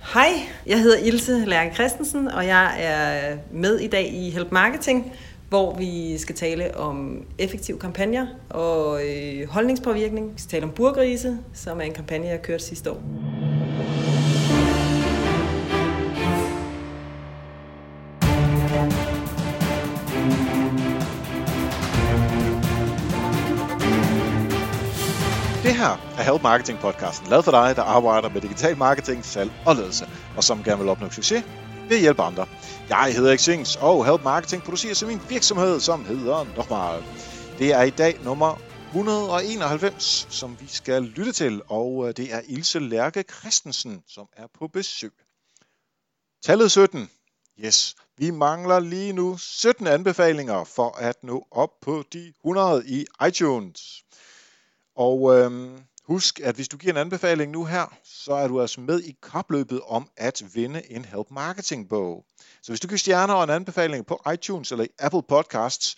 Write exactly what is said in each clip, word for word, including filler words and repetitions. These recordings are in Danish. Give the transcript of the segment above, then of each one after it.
Hej, jeg hedder Ilse Lærke Christensen, og jeg er med i dag i Help Marketing, hvor vi skal tale om effektive kampagner og øh, holdningspåvirkning. Vi skal tale om burgrise, som er en kampagne, jeg kørte sidste år. Det her er Help Marketing podcasten, lavet for dig, der arbejder med digital marketing, salg og ledelse, og som gerne vil opnå succes ved at hjælpe andre. Jeg hedder Xings, og Help Marketing producerer som en virksomhed, som hedder Nokmal. Det er i dag nummer et hundrede og enoghalvfems, som vi skal lytte til, og det er Ilse Lærke Christensen, som er på besøg. Tallet sytten. Yes, vi mangler lige nu sytten anbefalinger for at nå op på de hundrede i iTunes. Og øhm, husk, at hvis du giver en anbefaling nu her, så er du altså med i kapløbet om at vinde en Help Marketing bog. Så hvis du giver stjerner og en anbefaling på iTunes eller i Apple Podcasts,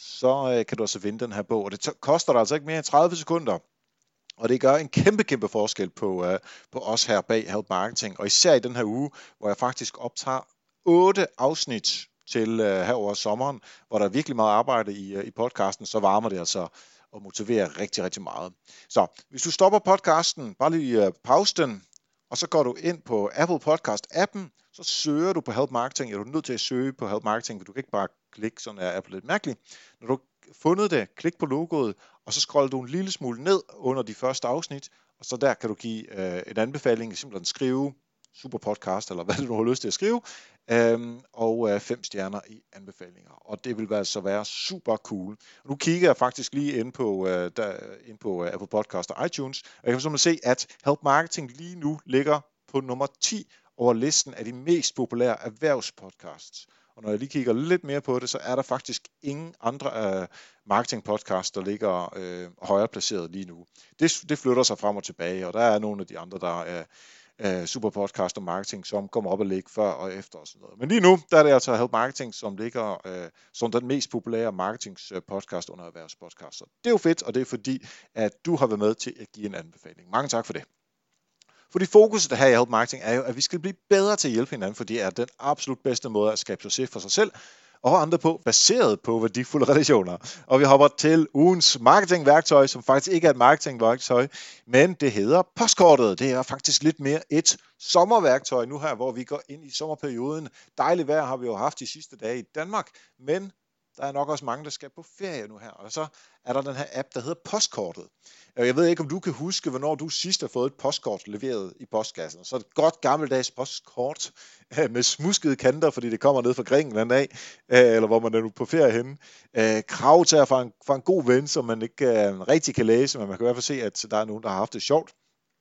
så øh, kan du altså vinde den her bog. Og det t- koster dig altså ikke mere end tredive sekunder. Og det gør en kæmpe, kæmpe forskel på, øh, på os her bag Help Marketing. Og især i den her uge, hvor jeg faktisk optager otte afsnit til øh, her over sommeren, hvor der er virkelig meget arbejde i, øh, i podcasten, så varmer det altså og motiverer rigtig, rigtig meget. Så hvis du stopper podcasten, bare lige uh, pause den, og så går du ind på Apple Podcast-appen, så søger du på Help Marketing. Er du nødt til at søge på Help Marketing, for du kan ikke bare klikke, sådan er Apple lidt mærkeligt. Når du har fundet det, klik på logoet, og så scroller du en lille smule ned under de første afsnit, og så der kan du give uh, en anbefaling, simpelthen skrive super podcast, eller hvad du nu har lyst til at skrive, øhm, og øh, fem stjerner i anbefalinger. Og det vil altså være super cool. Nu kigger jeg faktisk lige ind på, øh, der, ind på øh, Apple Podcast og iTunes, og jeg kan simpelthen se, at Help Marketing lige nu ligger på nummer ti over listen af de mest populære erhvervspodcasts. Og når jeg lige kigger lidt mere på det, så er der faktisk ingen andre øh, marketingpodcasts, der ligger øh, højere placeret lige nu. Det, det flytter sig frem og tilbage, og der er nogle af de andre, der er Uh, super podcast og marketing, som kommer op og ligger før og efter og sådan noget. Men lige nu, der er det altså Help Marketing, som ligger uh, som den mest populære marketingspodcast under erhvervspodcast. Så det er jo fedt, og det er fordi, at du har været med til at give en anbefaling. Mange tak for det. Fordi fokuset her i Help Marketing er jo, at vi skal blive bedre til at hjælpe hinanden, for det er den absolut bedste måde at skabe succes for sig selv og andre på, baseret på værdifulde relationer. Og vi hopper til ugens marketingværktøj, som faktisk ikke er et marketingværktøj, men det hedder postkortet. Det er faktisk lidt mere et sommerværktøj nu her, hvor vi går ind i sommerperioden. Dejligt vejr har vi jo haft de sidste dage i Danmark, men der er nok også mange, der skal på ferie nu her. Og så er der den her app, der hedder Postkortet. Jeg ved ikke, om du kan huske, hvornår du sidst har fået et postkort leveret i postkassen. Så et godt gammeldags postkort med smuskede kanter, fordi det kommer ned fra Grækenland af, eller hvor man er nu på ferie henne. Kravtager fra en, fra en god ven, som man ikke rigtig kan læse, men man kan i hvert fald se, at der er nogen, der har haft det sjovt.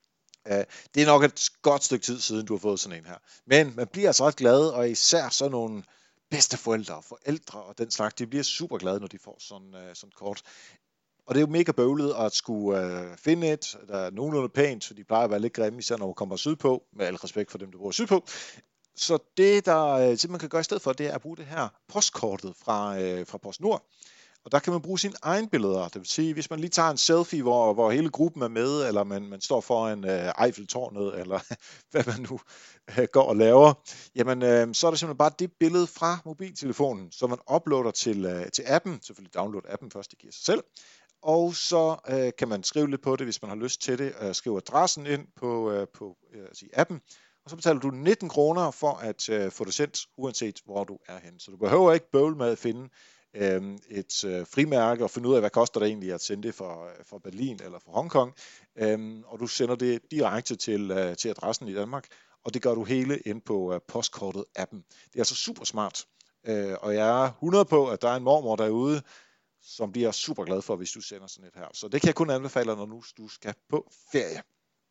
Det er nok et godt stykke tid siden, du har fået sådan en her. Men man bliver altså ret glad, og især sådan nogle bedsteforældre og forældre og den slags, de bliver super glade, når de får sådan uh, sådan kort. Og det er jo mega bøvlet at skulle uh, finde et, der er nogenlunde pænt, så de plejer at være lidt grimme, især når man kommer sydpå, med al respekt for dem, der bor sydpå. Så det, der uh, simpelthen kan gøre i stedet for, det er at bruge det her postkortet fra, uh, fra PostNord. Og der kan man bruge sine egne billeder. Det vil sige, hvis man lige tager en selfie, hvor, hvor hele gruppen er med, eller man, man står foran uh, Eiffeltårnet, eller hvad man nu uh, går og laver, jamen uh, så er der simpelthen bare det billede fra mobiltelefonen, som man uploader til, uh, til appen. Selvfølgelig download appen først, det giver sig selv. Og så uh, kan man skrive lidt på det, hvis man har lyst til det. Uh, skrive adressen ind på, uh, på uh, altså i appen. Og så betaler du nitten kroner for at uh, få det sendt, uanset hvor du er henne. Så du behøver ikke bøvle med at finde et øh, frimærke og finde ud af, hvad koster det egentlig at sende det fra, fra Berlin eller fra Hongkong, øhm, og du sender det direkte til, øh, til adressen i Danmark, og det gør du hele ind på øh, postkortet-appen. Det er altså super smart, øh, og jeg er hundrede på, at der er en mormor derude, som bliver super glad for, hvis du sender sådan et her. Så det kan jeg kun anbefale, når nu du skal på ferie.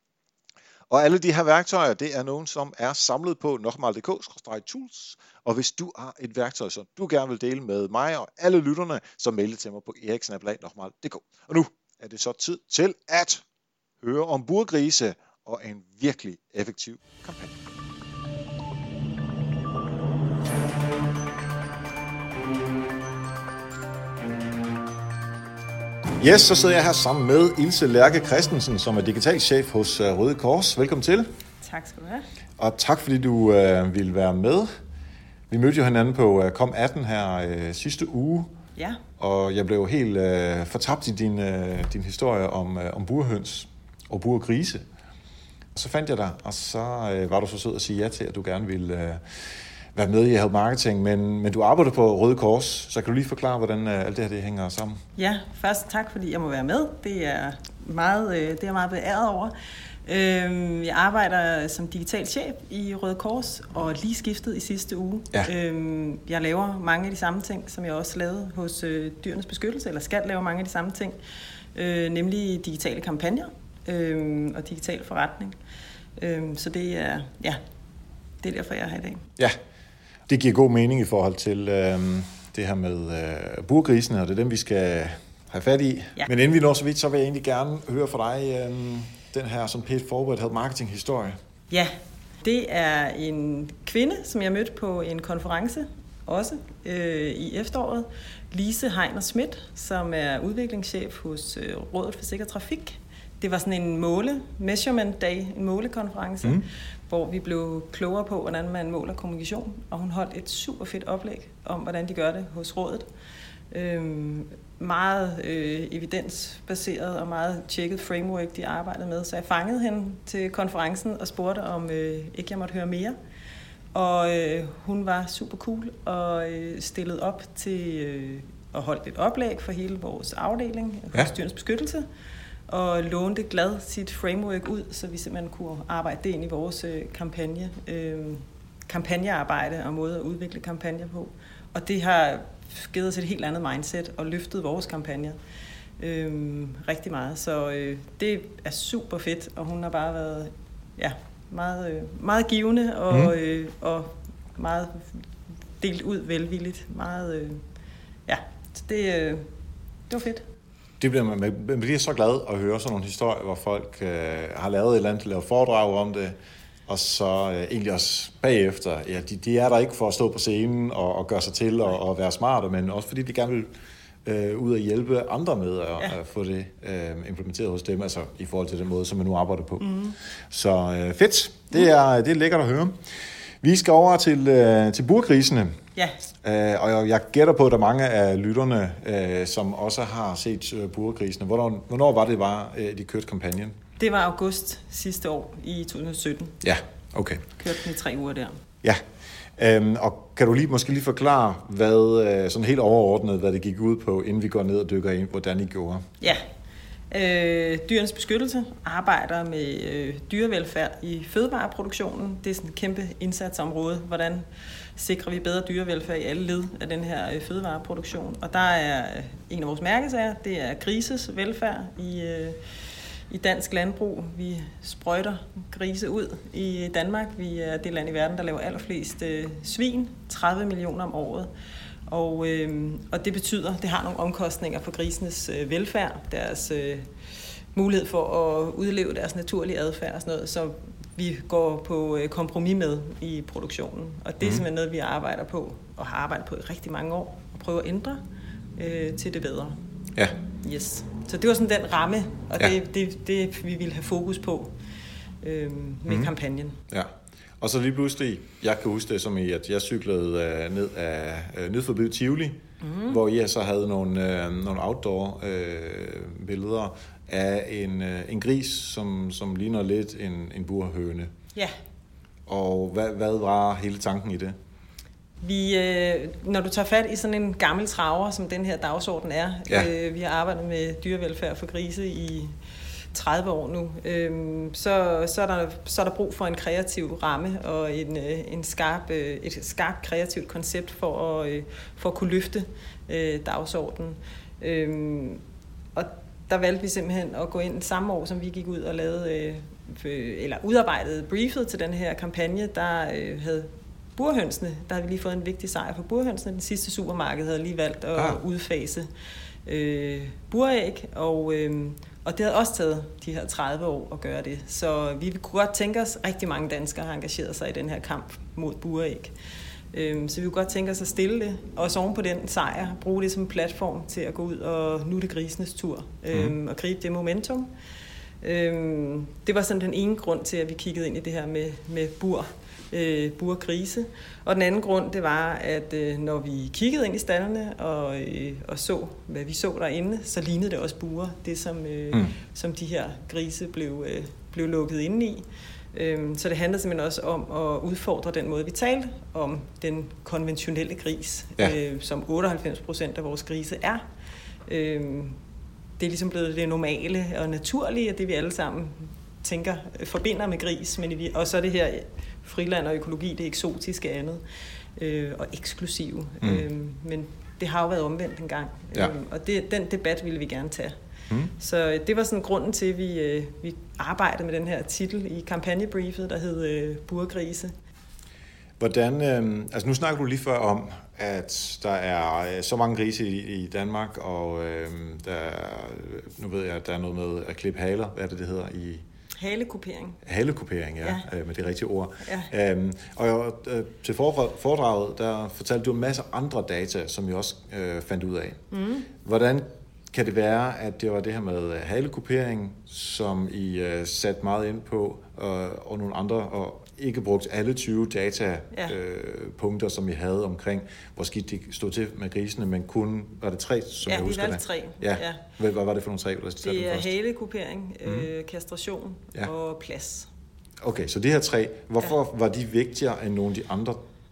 Og alle de her værktøjer, det er nogen, som er samlet på nokmal punktum d k skråstreg tools. Og hvis du har et værktøj, som du gerne vil dele med mig og alle lytterne, så mail det til mig på eriksen snabel-a nokmal punktum d k. Og nu er det så tid til at høre om burgrise og en virkelig effektiv kampagne. Yes, så sidder jeg her sammen med Ilse Lærke Christensen, som er digitalchef hos Røde Kors. Velkommen til. Tak skal du have. og tak fordi du øh, ville være med. Vi mødte jo hinanden på uh, COM atten her øh, sidste uge, ja. Og jeg blev helt øh, fortabt i din, øh, din historie om, øh, om burhøns og burgrise. Og så fandt jeg dig, og så øh, var du så sød at sige ja til, at du gerne ville øh, være med i Help Marketing, men, men du arbejder på Røde Kors, så kan du lige forklare, hvordan øh, alt det her det hænger sammen? Ja, først tak, fordi jeg må være med. Det er meget, øh, det er jeg meget beæret over. Øh, jeg arbejder som digital chef i Røde Kors, og lige skiftet i sidste uge. Ja. Øh, jeg laver mange af de samme ting, som jeg også lavede hos øh, Dyrenes Beskyttelse, eller skal lave mange af de samme ting, øh, nemlig digitale kampagner øh, og digital forretning. Øh, så det er, ja, det er derfor, jeg er her i dag. Ja, det giver god mening i forhold til øh, det her med øh, burgrisene, og det er dem, vi skal have fat i. Ja. Men inden vi når så vidt, så vil jeg egentlig gerne høre fra dig øh, den her sådan pænt forberedt Help Marketing historie. Ja, det er en kvinde, som jeg mødte på en konference også øh, i efteråret. Lise Heiner Schmidt, som er udviklingschef hos øh, Rådet for Sikker Trafik. Det var sådan en måle, measurement day, en målekonference, mm. hvor vi blev klogere på, hvordan man måler kommunikation. Og hun holdt et super fedt oplæg om, hvordan de gør det hos rådet. Øhm, meget øh, evidensbaseret og meget tjekket framework, de arbejdede med. Så jeg fangede hende til konferencen og spurgte, om øh, ikke jeg måtte høre mere. Og øh, hun var super cool og øh, stillede op til øh, at holde et oplæg for hele vores afdeling, ja. hos Dyrenes Beskyttelse, og lånte glad sit framework ud, så vi simpelthen kunne arbejde det ind i vores øh, kampagne, øh, kampagnearbejde og måde at udvikle kampagner på. Og det har givet os et helt andet mindset og løftet vores kampagner øh, rigtig meget. Så øh, det er super fedt, og hun har bare været ja, meget, øh, meget givende og, mm. øh, og meget delt ud velvilligt. Meget, øh, ja, så det, øh, det var fedt. Det bliver man, man bliver så glad at høre sådan nogle historier, hvor folk øh, har lavet et eller andet, lavet foredrag om det, og så øh, egentlig også bagefter, ja, de, de er der ikke for at stå på scenen og, og gøre sig til og, og være smarte, men også fordi de gerne vil øh, ud og hjælpe andre med at, ja. at få det øh, implementeret hos dem, altså i forhold til den måde, som man nu arbejder på. Mm. Så øh, fedt, det er, det er lækkert at høre. Vi skal over til, øh, til burgrisene. Ja. Øh, og jeg, jeg gætter på, at der er mange af lytterne, øh, som også har set øh, burgrisene. Hvornår, hvornår var det, var, øh, de kørte kampagnen? Det var august sidste år i to tusind og sytten. Ja, okay. Kørte den i tre uger der. Ja, øhm, og kan du lige, måske lige forklare, hvad, øh, sådan helt overordnet, hvad det gik ud på, inden vi går ned og dykker ind, hvordan I gjorde? Ja, øh, Dyrenes Beskyttelse arbejder med øh, dyrevelfærd i fødevareproduktionen. Det er sådan et kæmpe indsatsområde. Hvordan sikrer vi bedre dyrevelfærd i alle led af den her øh, fødevareproduktion? Og der er øh, en af vores mærkesager, det er grises velfærd i øh, i dansk landbrug. Vi sprøjter grise ud i Danmark. Vi er det land i verden, der laver allerflest øh, svin, tredive millioner om året. Og, øh, og det betyder, det har nogle omkostninger for grisenes øh, velfærd, deres øh, mulighed for at udleve deres naturlige adfærd og sådan noget, så vi går på øh, kompromis med i produktionen. Og det er mm. simpelthen noget, vi arbejder på og har arbejdet på i rigtig mange år og prøver at ændre øh, til det bedre. Ja. Yes. Så det var sådan den ramme, og ja. det, det, det vi ville have fokus på øh, med mm. kampagnen. Ja. Og så lige pludselig, jeg kan huske det som i, at jeg cyklede øh, ned af øh, Nødforbydet Tivoli, mm. hvor jeg så havde nogle, øh, nogle outdoor øh, billeder af en, øh, en gris, som, som ligner lidt en, en burhøne. Ja. Og hvad, hvad var hele tanken i det? Vi, øh, når du tager fat i sådan en gammel traver, som den her dagsorden er, ja. øh, vi har arbejdet med dyrevelfærd for grise i tredive år nu, øh, så, så, er der, så er der brug for en kreativ ramme og en, øh, en skarp, øh, et skarpt kreativt koncept for at, øh, for at kunne løfte øh, dagsordenen. Øh, og der valgte vi simpelthen at gå ind samme år, som vi gik ud og lavede, øh, eller udarbejdede briefet til den her kampagne, der øh, havde burhønsene, der har vi lige fået en vigtig sejr for burhønsene. Den sidste supermarked havde lige valgt at ah. udfase øh, buræg, og, øh, og det havde også taget de her tredive år at gøre det. Så vi kunne godt tænke os, at rigtig mange danskere har engageret sig i den her kamp mod buræg. Øh, så vi kunne godt tænke os at stille det, og så oven på den sejr, bruge det som en platform til at gå ud og nu er det grisenes tur, øh, mm. og gribe det momentum. Øhm, det var sådan den ene grund til, at vi kiggede ind i det her med, med bur, øh, burgrise. Og den anden grund, det var, at øh, når vi kiggede ind i stallene og, øh, og så, hvad vi så derinde, så lignede det også buer, det som, øh, mm. som de her grise blev, øh, blev lukket inde i. Øhm, så det handlede simpelthen også om at udfordre den måde, vi talte om den konventionelle gris, ja. øh, som otteoghalvfems procent af vores grise er. Øhm, det er ligesom blevet det normale og naturlige, og det vi alle sammen tænker, forbinder med gris, men vi, og så er det her friland og økologi, det eksotiske andet, øh, og eksklusive. Mm. Øhm, men det har jo været omvendt en gang, ja. øhm, og det, den debat ville vi gerne tage. Mm. Så det var sådan grunden til, at vi, øh, vi arbejdede med den her titel i kampagnebriefet, der hed øh, Burgrise. Hvordan, øh, altså nu snakker du lige før om, at der er så mange grise i, i Danmark, og øh, der, nu ved jeg, at der er noget med at klippe haler, hvad er det, det hedder i... Halekupering. Halekupering, ja, ja. Med det rigtige ord. Ja. Øhm, og øh, til foredraget, der fortalte du en masse andre data, som jeg også øh, fandt ud af. Mm. Hvordan kan det være, at det var det her med halekupering, som I øh, satte meget ind på, og, og nogle andre, og ikke brugt alle tyve datapunkter, ja. øh, som I havde omkring, hvor skidt det stod til med grisene, men kun, var det tre, som ja, jeg husker det? Ja, vi valgte tre. Ja. Ja. Hvad, hvad var det for nogle tre? Det er halekupering, mm. øh, kastration ja. og plads. Okay, så de her tre, hvorfor ja. var de vigtigere end nogle af de andre?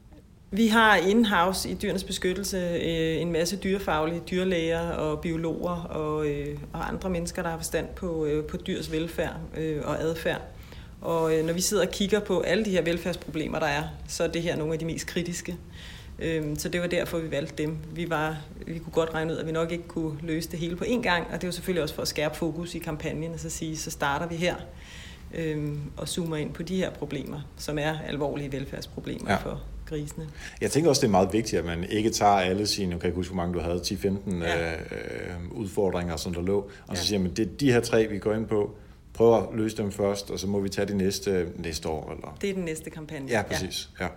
Vi har in-house i Dyrenes Beskyttelse øh, en masse dyrefaglige dyrlæger og biologer og, øh, og andre mennesker, der har forstand på, øh, på dyrs velfærd øh, og adfærd. Og øh, når vi sidder og kigger på alle de her velfærdsproblemer, der er, så er det her nogle af de mest kritiske. Øh, så det var derfor, vi valgte dem. Vi, var, vi kunne godt regne ud, at vi nok ikke kunne løse det hele på én gang, og det var selvfølgelig også for at skærpe fokus i kampagnen, og så sige, så starter vi her øh, og zoomer ind på de her problemer, som er alvorlige velfærdsproblemer ja. for grisene. Jeg tænker også, det er meget vigtigt, at man ikke tager alle sine, jeg kan ikke huske, hvor mange du havde, ti femten ja. øh, udfordringer, som der lå, og ja. så siger man, det er de her tre, vi går ind på, prøver at løse dem først, og så må vi tage de næste, næste år. Eller? Det er den næste kampagne. Ja, præcis. Ja. Ja.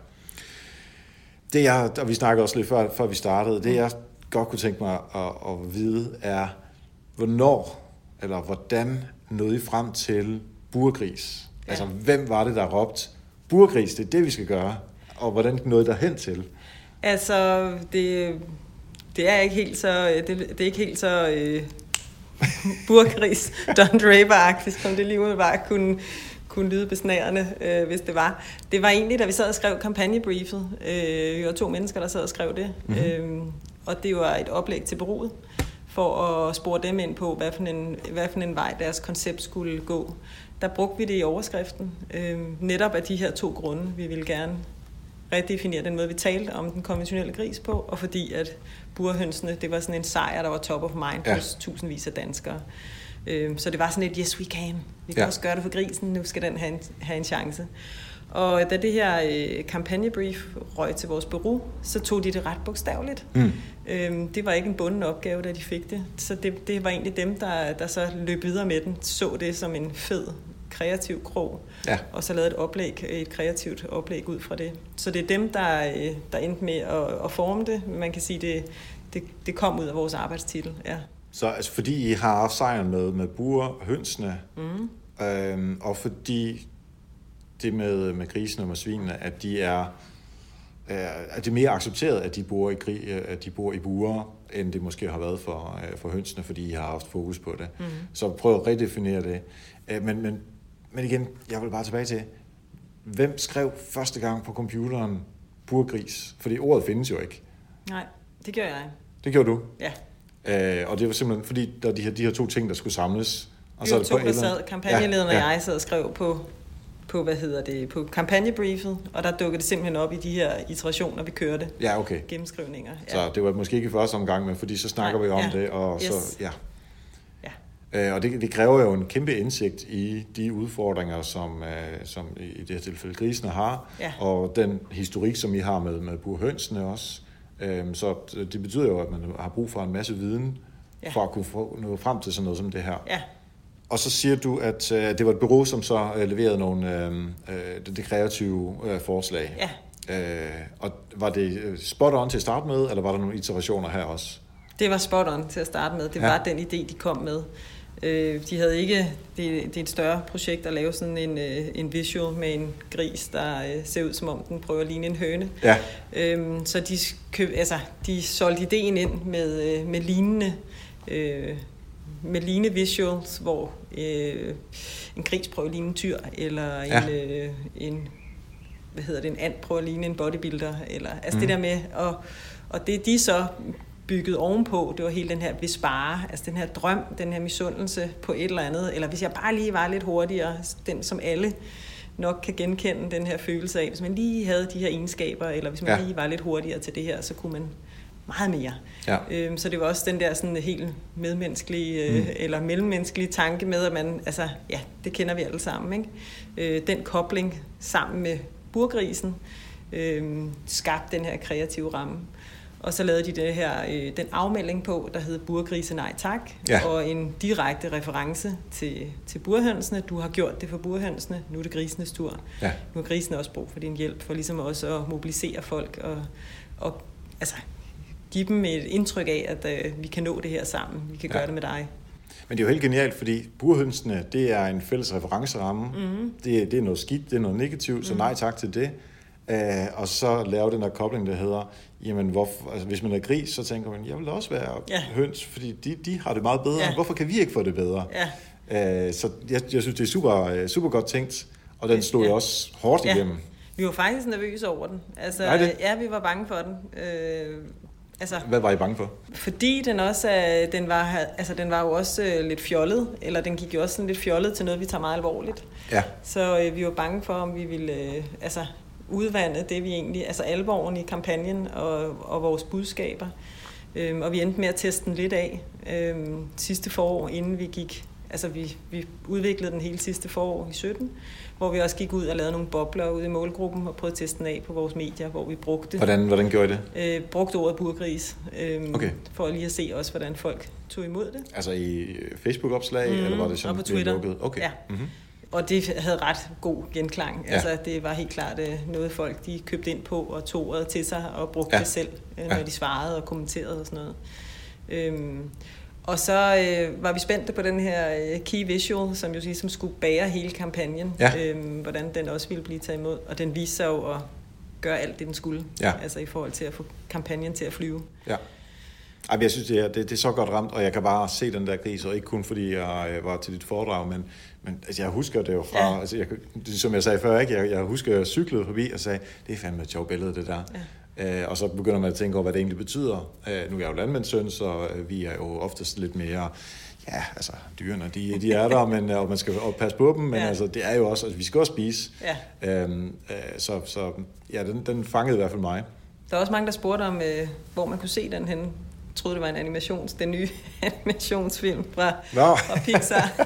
Det jeg, og vi snakkede også lidt før, før vi startede, det jeg godt kunne tænke mig at, at vide er, hvornår eller hvordan nåede I frem til burgris? Ja. Altså, hvem var det, der råbte, burgris, det er det, vi skal gøre? Og hvordan nåede I derhen til? Altså, det, det er ikke helt så, det, det er ikke helt så øh, burgris, Don Draper-agtigt, som det lige umiddelbart kunne, kunne lyde besnærende, øh, hvis det var. Det var egentlig, da vi sad og skrev kampagnebriefet. Øh, vi var to mennesker, der sad og skrev det. Mm-hmm. Øh, og det var et oplæg til bureauet, for at spore dem ind på, hvad for en, hvad for en vej deres koncept skulle gå. Der brugte vi det i overskriften. Øh, netop af de her to grunde. Vi ville gerne redefinere den måde, vi talte om den konventionelle gris på, og fordi at burhønsene, det var sådan en sejr, der var top of mind ja. hos tusindvis af danskere. Øh, så det var sådan et, yes we can. Vi kan ja. også gøre det for grisen, nu skal den have en, have en chance. Og da det her øh, kampagnebrief røg til vores bureau, så tog de det ret bogstaveligt. Mm. Øhm, det var ikke en bunden opgave, da de fik det. Så det, det var egentlig dem, der, der så løb videre med den, så det som en fed, kreativ krog, ja. og så lavede et oplæg, et kreativt oplæg ud fra det. Så det er dem, der, der endte med at, at forme det. Man kan sige, det, det, det kom ud af vores arbejdstitel. Ja. Så altså, fordi I har haft sejren med, med burhønsene, mm. øhm, og fordi det med, med grisene og med svinene, at de er, at det er mere accepteret, at de bor i, at de bor i burer, end det måske har været for, for hønsene, fordi I har haft fokus på det. Mm. Så prøv at redefinere det. Men, men, men igen, jeg vil bare tilbage til, hvem skrev første gang på computeren burgris? Fordi ordet findes jo ikke. Nej, det gør jeg. Det gjorde du? Ja. Øh, og det var simpelthen, fordi der er de her, de her to ting, der skulle samles. Og vi så var to, der sad, kampagnelederen ja, ja. og jeg sad og skrev på, på, hvad hedder det, på kampagnebriefet, og der dukkede det simpelthen op i de her iterationer, vi kørte. Ja, okay. Gennemskrivninger. Ja. Så det var måske ikke i første omgang, men fordi så snakker Nej, vi om ja. det, og yes. så, ja. ja. Øh, og det, det kræver jo en kæmpe indsigt i de udfordringer, som, øh, som i det her tilfælde grisene har, ja. og den historik, som I har med, med burhønsene også. Øh, så det betyder jo, at man har brug for en masse viden, ja. for at kunne få nå frem til sådan noget som det her. Ja. Og så siger du, at øh, det var et bureau, som så øh, leverede nogle øh, det, det kreative øh, forslag. Ja. Øh, og var det spot on til at starte med, eller var der nogle iterationer her også? Det var spot on til at starte med. Det ja. var den idé, de kom med. Øh, de havde ikke, det, det er et større projekt at lave sådan en, øh, en visual med en gris, der øh, ser ud som om den prøver at ligne en høne. Ja. Øh, så de, køb, altså, de solgte ideen ind med, øh, med lignende øh, med lignende visuals, hvor øh, en gris prøver at ligne en tyr, eller en, ja. øh, en hvad hedder det, en and prøver at ligne en bodybuilder, eller altså mm. det der med, og, og det de så bygget ovenpå, det var hele den her bespare, altså den her drøm, den her misundelse på et eller andet, eller hvis jeg bare lige var lidt hurtigere, den som alle nok kan genkende, den her følelse af, hvis man lige havde de her egenskaber, eller hvis man ja. lige var lidt hurtigere til det her, så kunne man meget mere. Ja. Øhm, så det var også den der sådan helt medmenneskelige, øh, mm. eller mellemmenneskelige tanke med, at man, altså, ja, det kender vi alle sammen, ikke? Øh, den kobling sammen med burgrisen, øh, skabte den her kreative ramme. Og så lavede de det her, øh, den afmelding på, der hed Burgrise Nej Tak, ja. Og en direkte reference til, til burhønsene. Du har gjort det for burhønsene, nu er det grisenes tur. Ja. Nu har grisene også brug for din hjælp, for ligesom også at mobilisere folk, og, og altså, give dem et indtryk af, at øh, vi kan nå det her sammen, vi kan ja. gøre det med dig. Men det er jo helt genialt, fordi burhønsene, det er en fælles referenceramme. Mm-hmm. Det, det er noget skidt, det er noget negativt, så nej tak til det. Uh, og så lave den der kobling, der hedder, jamen, hvorfor, altså, hvis man er gris, så tænker man, jeg vil også være ja. høns, fordi de, de har det meget bedre. Ja. Hvorfor kan vi ikke få det bedre? Ja. Uh, så jeg, jeg synes, det er super, super godt tænkt, og den slog ja. jeg også hårdt ja. igennem. Vi var faktisk nervøse over den. Altså, ja, vi var bange for den. Uh, altså, Hvad var I bange for? Fordi den også uh, den var, altså, den var jo også uh, lidt fjollet, eller den gik jo også sådan lidt fjollet til noget, vi tager meget alvorligt. Ja. Så uh, vi var bange for, om vi ville... Uh, altså, udvande det vi egentlig, altså alvoren i kampagnen og, og vores budskaber. Øhm, og vi endte med at teste den lidt af øhm, sidste forår, inden vi gik, altså vi, vi udviklede den hele sidste forår i sytten, hvor vi også gik ud og lavede nogle bobler ud i målgruppen og prøvede at teste den af på vores medier, hvor vi brugte... Hvordan, hvordan gjorde I det? Øh, brugte ordet burgris, øhm, okay. for lige at se også, hvordan folk tog imod det. Altså i Facebook-opslag, mm, eller var det sådan? Og på Twitter. Lukket? Okay. Ja. Mm-hmm. Og det havde ret god genklang. Ja. Altså, det var helt klart noget, folk de købte ind på og tog til sig og brugte ja. det selv, når ja. de svarede og kommenterede og sådan noget. Øhm, og så øh, var vi spændte på den her øh, key visual, som jo ligesom skulle bære hele kampagnen, ja. øhm, hvordan den også ville blive taget imod. Og den viste sig jo at gøre alt det, den skulle, ja. altså i forhold til at få kampagnen til at flyve. Ja. Ej, jeg synes, det er, det, det er så godt ramt, og jeg kan bare se den der gris, og ikke kun fordi jeg var til dit foredrag, men, men altså, jeg husker det jo fra, ja. altså, jeg, som jeg sagde før, ikke? Jeg, jeg husker, jeg cyklede forbi og sagde, det er fandme et sjovt billede, det der. Ja. Øh, og så begynder man at tænke over, hvad det egentlig betyder. Øh, nu er jeg jo landmandssøn, så vi er jo oftest lidt mere, ja, altså dyrene, de, de er der, men, og man skal passe på dem, men ja. altså, det er jo også, altså, vi skal også spise. Ja. Øh, øh, så, så ja, den, den fangede i hvert fald mig. Der er også mange, der spurgte om, øh, hvor man kunne se den henne. Jeg troede, det var en animations, den nye animationsfilm fra, fra Pixar.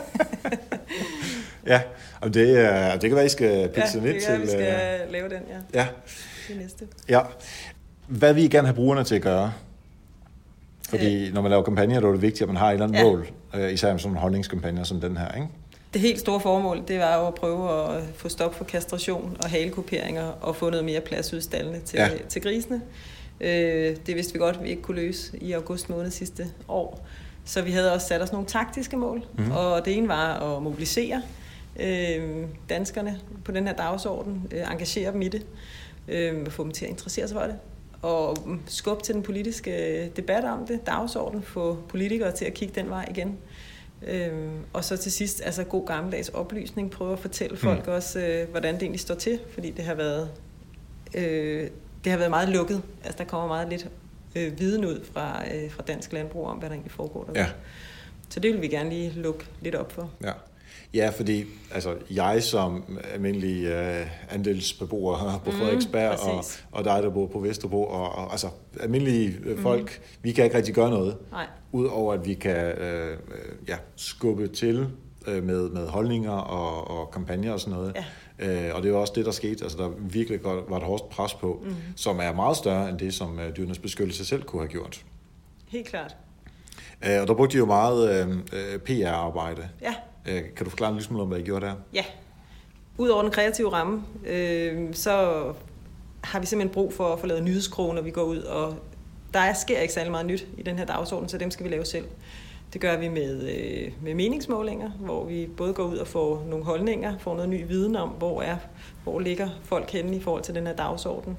Ja, og det, det kan være, I skal Pixar ja, net til. Ja, vi skal uh... lave den, ja. Ja. Det næste. Ja. Hvad vil I gerne have brugerne til at gøre? Fordi øh. når man laver kampagner, så er det vigtigt, at man har et eller andet ja. mål. Især med sådan en holdningskampagne som den her, ikke? Det helt store formål, det var jo at prøve at få stop for kastration og halekuperinger og få noget mere plads ud i staldene til, ja. til grisene. Det vidste vi godt, vi ikke kunne løse i august måned sidste år. Så vi havde også sat os nogle taktiske mål, mm-hmm. og det ene var at mobilisere øh, danskerne på den her dagsorden, øh, engagere dem i det, øh, få dem til at interessere sig for det, og skubbe til den politiske debat om det, dagsorden, få politikere til at kigge den vej igen. Øh, og så til sidst, altså god gammeldags oplysning, prøve at fortælle folk mm. også, øh, hvordan det egentlig står til, fordi det har været... Øh, Det har været meget lukket. Altså, der kommer meget lidt øh, viden ud fra, øh, fra dansk landbrug om, hvad der egentlig foregår derude. Ja. Så det vil vi gerne lige lukke lidt op for. Ja, ja fordi altså, jeg som almindelig øh, andelsbeboer på Frederiksberg, mm, og, og dig, der bor på Vesterbro, og, og altså almindelige øh, folk, mm. vi kan ikke rigtig gøre noget. Nej. Udover at vi kan øh, ja, skubbe til øh, med, med holdninger og, og kampagner og sådan noget. Ja. Øh, og det var også det, der skete. Altså, der virkelig var et hårdt pres på, mm-hmm. som er meget større end det, som uh, Dyrenes Beskyttelse selv kunne have gjort. Helt klart. Øh, og der brugte de jo meget øh, P R-arbejde. Ja. Øh, kan du forklare en lille smule om, hvad I gjorde der? Ja. Udover den kreative ramme, øh, så har vi simpelthen brug for at få lavet nyhedskrog, når vi går ud. Og der sker ikke særlig meget nyt i den her dagsorden, så dem skal vi lave selv. Det gør vi med, øh, med meningsmålinger, hvor vi både går ud og får nogle holdninger, får noget ny viden om, hvor, er, hvor ligger folk henne i forhold til den her dagsorden.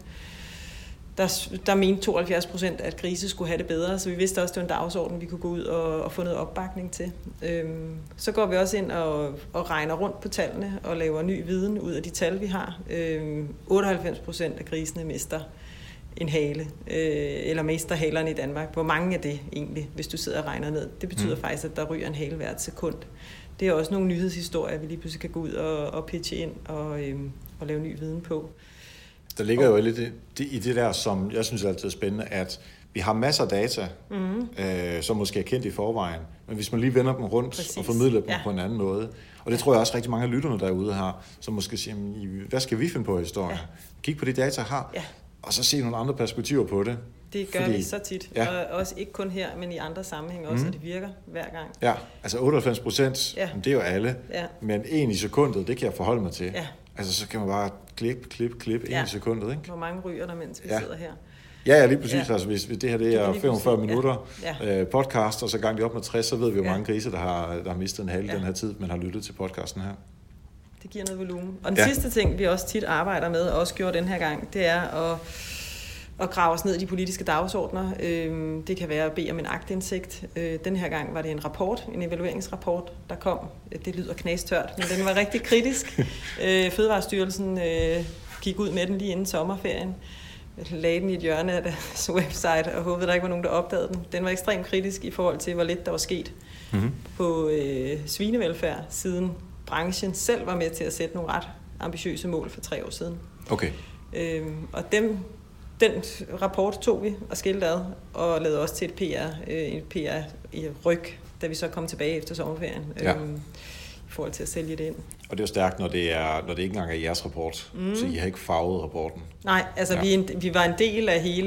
Der, der mente tooghalvfjerds procent, at grise skulle have det bedre, så vi vidste også, at det var en dagsorden, vi kunne gå ud og, og få noget opbakning til. Øhm, så går vi også ind og, og regner rundt på tallene og laver ny viden ud af de tal, vi har. Øhm, otteoghalvfems procent af grisene mister en hale, øh, eller mister halerne i Danmark. Hvor mange er det egentlig, hvis du sidder og regner ned? Det betyder mm. faktisk, at der ryger en hale hvert sekund. Det er også nogle nyhedshistorier, vi lige pludselig kan gå ud og, og pitche ind og, øhm, og lave ny viden på. Der ligger jo lidt i det der, som jeg synes altid er spændende, at vi har masser af data, mm. øh, som måske er kendt i forvejen, men hvis man lige vender dem rundt Præcis. og formidler dem ja. på en anden måde, og det tror jeg også rigtig mange af lytterne derude har, som måske siger, hvad skal vi finde på i historien? Ja. Kig på de data, jeg har, ja. og så se nogle andre perspektiver på det. Det gør Fordi, vi så tit, ja. og også ikke kun her, men i andre sammenhænge også, mm. og det virker hver gang. Ja, altså otteoghalvfems procent, ja. det er jo alle, ja. men en i sekundet, det kan jeg forholde mig til. Ja. Altså så kan man bare klip, klip, klip, ja. en i sekundet, ikke? Hvor mange ryger der, mens vi ja. sidder her? Ja, ja, lige præcis. Ja. Altså, hvis det her det er femogfyrre minutter ja. Ja. Øh, podcast, og så gang det op med tres, så ved vi jo ja. mange grise, der har, der har mistet en halv ja. den her tid, men har lyttet til podcasten her. Det giver noget volumen. Og den ja. sidste ting, vi også tit arbejder med, og også gjorde den her gang, det er at, at grave os ned i de politiske dagsordner. Det kan være at bede om en aktindsigt. Den her gang var det en rapport, en evalueringsrapport, der kom. Det lyder knastørt, men den var rigtig kritisk. Fødevarestyrelsen gik ud med den lige inden sommerferien. Jeg lagde den i et hjørne af deres website og håbede, der ikke var nogen, der opdagede den. Den var ekstremt kritisk i forhold til, hvor lidt der var sket mm-hmm. på øh, svinevelfærd, siden branchen selv var med til at sætte nogle ret ambitiøse mål for tre år siden. Okay. Øhm, og dem, den rapport tog vi og skilte ad, og lavede også til et P R, øh, en P R i ryg, da vi så kom tilbage efter sommerferien. Ja. Øhm, i forhold til at sælge det ind. Og det er jo stærkt, når det, er, når det ikke engang er jeres rapport, mm. så I har ikke farvet rapporten. Nej, altså ja. vi, en, vi var en del af hele,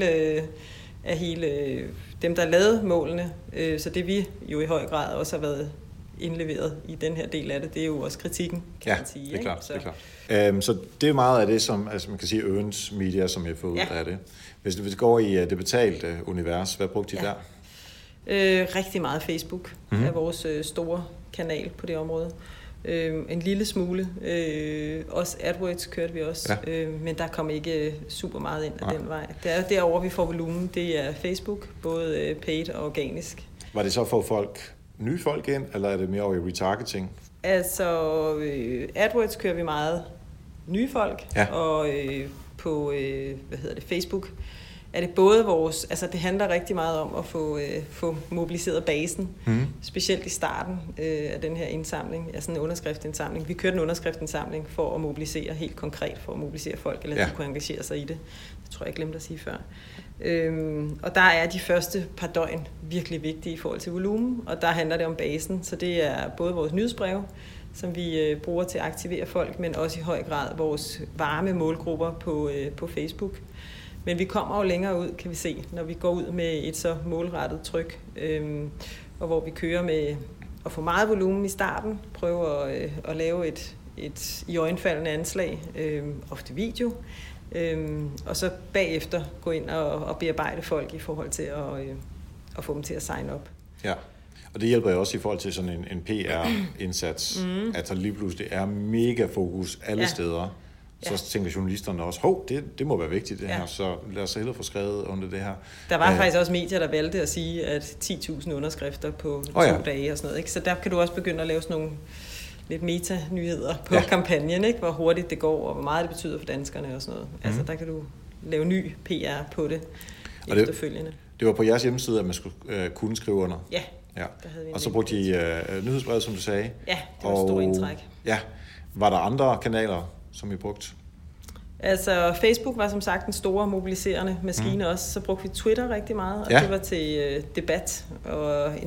af hele dem, der lavede målene, øh, så det vi jo i høj grad også har været indleveret i den her del af det, det er jo også kritikken, kan ja, man sige. Det er klart, så. Det er klart. Øhm, så det er meget af det, som altså man kan sige, Ørens Media, som jeg får ud ja. af det. Hvis du går i det betalte univers, hvad brugte I ja. der? Øh, rigtig meget Facebook mm-hmm. er vores øh, store kanal på det område. Øh, en lille smule. Øh, også AdWords kørte vi også, ja. øh, men der kom ikke super meget ind af den vej. Det er derovre, vi får volumen. Det er Facebook, både paid og organisk. Var det så for folk, nye folk ind, eller er det mere over i retargeting? Altså, øh, AdWords kører vi meget nye folk, ja. og øh, på øh, hvad hedder det, Facebook er det både vores, altså det handler rigtig meget om at få, øh, få mobiliseret basen, mm. specielt i starten øh, af den her indsamling, altså en underskriftsindsamling. Vi kørte en underskriftsindsamling for at mobilisere, helt konkret for at mobilisere folk, eller ja. de kunne engagere sig i det. Det tror jeg, jeg glemte at sige før. Øhm, og der er de første par døgn virkelig vigtige i forhold til volumen, og der handler det om basen, så det er både vores nyhedsbreve, som vi øh, bruger til at aktivere folk, men også i høj grad vores varme målgrupper på, øh, på Facebook. Men vi kommer jo længere ud, kan vi se, når vi går ud med et så målrettet tryk, øhm, og hvor vi kører med at få meget volumen i starten, prøver at, øh, at lave et, et iøjnefaldende anslag, øh, ofte video, øh, og så bagefter gå ind og, og bearbejde folk i forhold til at, øh, at få dem til at sign op. Ja, og det hjælper jo også i forhold til sådan en, en P R-indsats, mm. at der lige pludselig er mega fokus alle ja. steder. Så ja. tænker journalisterne også, hov, det, det må være vigtigt det ja. her, så lad os hellere få skrevet under det her. Der var Æh, faktisk også medier, der valgte at sige, at ti tusind underskrifter på to oh ja. dage og sådan noget. Ikke? Så der kan du også begynde at lave sådan nogle lidt meta-nyheder på ja. kampagnen, ikke? Hvor hurtigt det går, og hvor meget det betyder for danskerne og sådan noget. Mm-hmm. Altså der kan du lave ny P R på det og efterfølgende. Det, det var på jeres hjemmeside, at man skulle øh, kunne skrive under? Ja. ja. Og så brugte I øh, nyhedsbrevet, som du sagde? Ja, det var et stort indtræk. Ja. Var der andre kanaler, som I brugte? Altså, Facebook var som sagt en store mobiliserende maskine mm. også. Så brugte vi Twitter rigtig meget, og ja. det var til øh, debat og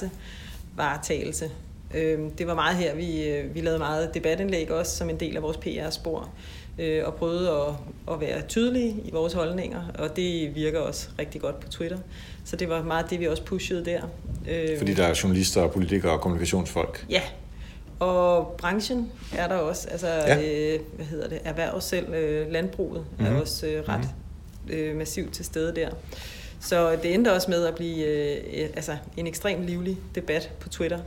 interessevaretagelse. Øh, det var meget her, vi, øh, vi lavede meget debatindlæg også som en del af vores P R-spor, øh, og prøvede at, at være tydelige i vores holdninger, og det virker også rigtig godt på Twitter. Så det var meget det, vi også pushede der. Øh, Fordi der er journalister, politikere og kommunikationsfolk? Ja. Og branchen er der også, altså ja. øh, hvad hedder det, erhvervet selv, øh, landbruget mm-hmm. er også øh, ret mm-hmm. øh, massivt til stede der. Så det endte også med at blive øh, altså en ekstremt livlig debat på Twitter.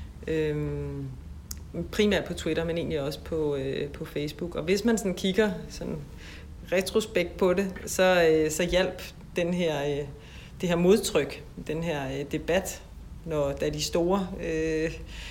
Øhm, primært på Twitter, men egentlig også på, øh, på Facebook. Og hvis man sådan kigger sådan retrospekt på det, så, øh, så hjalp den her, øh, det her modtryk, den her øh, debat, når da de store øh,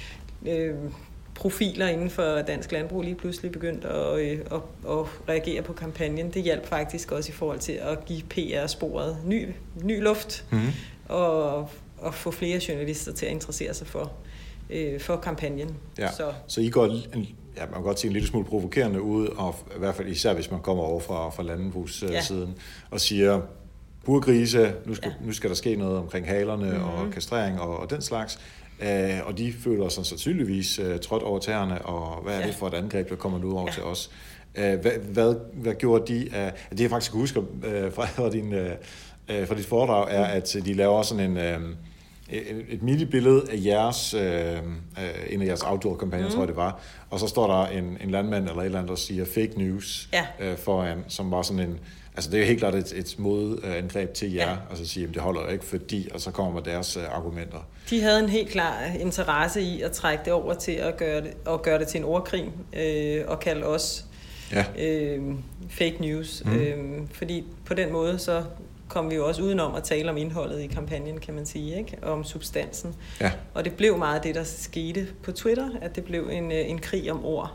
øh, profiler inden for dansk landbrug lige pludselig begyndte at, øh, at, at reagere på kampagnen. Det hjalp faktisk også i forhold til at give P R-sporet ny, ny luft, mm-hmm. og, og få flere journalister til at interessere sig for, øh, for kampagnen. Ja. Så. så I går, en, ja, man kan godt sige en lille smule provokerende ud, og i hvert fald især hvis man kommer over fra, fra landbrugssiden, ja. og siger, burgrise, nu skal, ja. nu skal der ske noget omkring halerne mm-hmm. og kastrering og, og den slags. Uh, og de føler sig sandsynligvis uh, trådt over tæerne, og hvad er ja. det for et angreb, der kommer nu over ja. til os? Uh, hvad, hvad, hvad gjorde de? Uh, det jeg faktisk husker uh, fra, din, uh, fra dit foredrag, er, at de laver sådan en, uh, et, et mini-billede af jeres, uh, uh, en af jeres outdoor-kampagner, mm. tror jeg det var, og så står der en, en landmand eller et eller andet, der siger fake news ja. uh, foran, som var sådan en. Altså det er jo helt klart et, et modangreb til jer, ja. og så sige, at det holder jo ikke, fordi, og så kommer deres uh, argumenter. De havde en helt klar interesse i at trække det over til at gøre det, at gøre det til en ordkrig, øh, og kalde os ja. øh, fake news. Mm. Øh, fordi på den måde, så kom vi jo også udenom at tale om indholdet i kampagnen, kan man sige, ikke? Og om substansen. Ja. Og det blev meget det, der skete på Twitter, at det blev en, en krig om ord.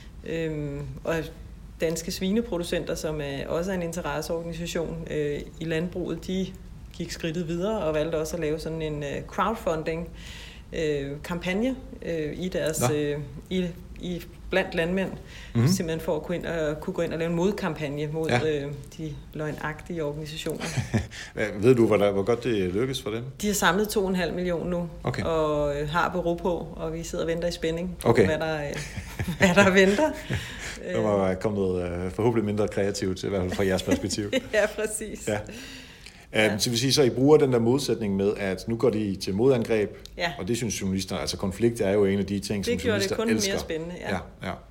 Øh, og danske svineproducenter, som er også er en interesseorganisation øh, i landbruget, de gik skridtet videre og valgte også at lave sådan en øh, crowdfunding øh, kampagne øh, i deres øh, i, i blandt landmænd, mm-hmm. simpelthen for at kunne, ind og, kunne gå ind og lave en modkampagne mod ja. øh, de løgnagtige organisationer. Ved du, hvor, der, hvor godt det lykkes for dem? De har samlet to komma fem millioner nu, okay. og øh, har bureau på, og vi sidder og venter i spænding på, okay. hvad, der, øh, hvad der venter. Der var kommet øh, forhåbentlig mindre kreativt, i hvert fald fra jeres perspektiv. Ja, præcis. Ja. Ja. Så vil sige, så I bruger den der modsætning med, at nu går de til modangreb, ja. og det synes journalister, altså konflikt er jo en af de ting, det som journalister elsker. Det gjorde det kun mere spændende, ja. ja, ja.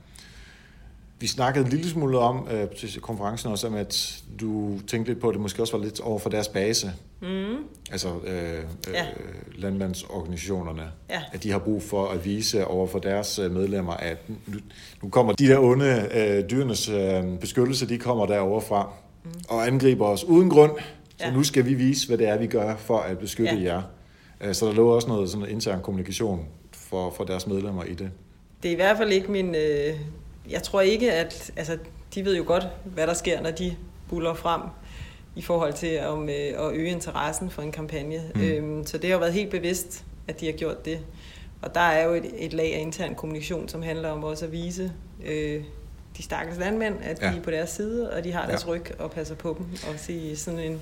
Vi snakkede en lille smule om øh, til konferencen også, om at du tænkte lidt på, at det måske også var lidt over for deres base, mm. altså øh, ja. øh, landmandsorganisationerne, ja. at de har brug for at vise over for deres medlemmer, at nu, nu kommer de der onde øh, dyrenes øh, beskyttelse, de kommer derovre fra mm. og angriber os uden grund. Så ja. nu skal vi vise, hvad det er, vi gør for at beskytte ja. jer. Så der lå også noget, sådan noget intern kommunikation for, for deres medlemmer i det. Det er i hvert fald ikke min... Øh, jeg tror ikke, at... Altså, de ved jo godt, hvad der sker, når de buller frem i forhold til om, øh, at øge interessen for en kampagne. Mm. Øhm, så det har jo været helt bevidst, at de har gjort det. Og der er jo et, et lag af intern kommunikation, som handler om også at vise... Øh, de stakkels landmænd, at ja. de er på deres side, og de har deres ja. ryg og passer på dem, også i sådan en,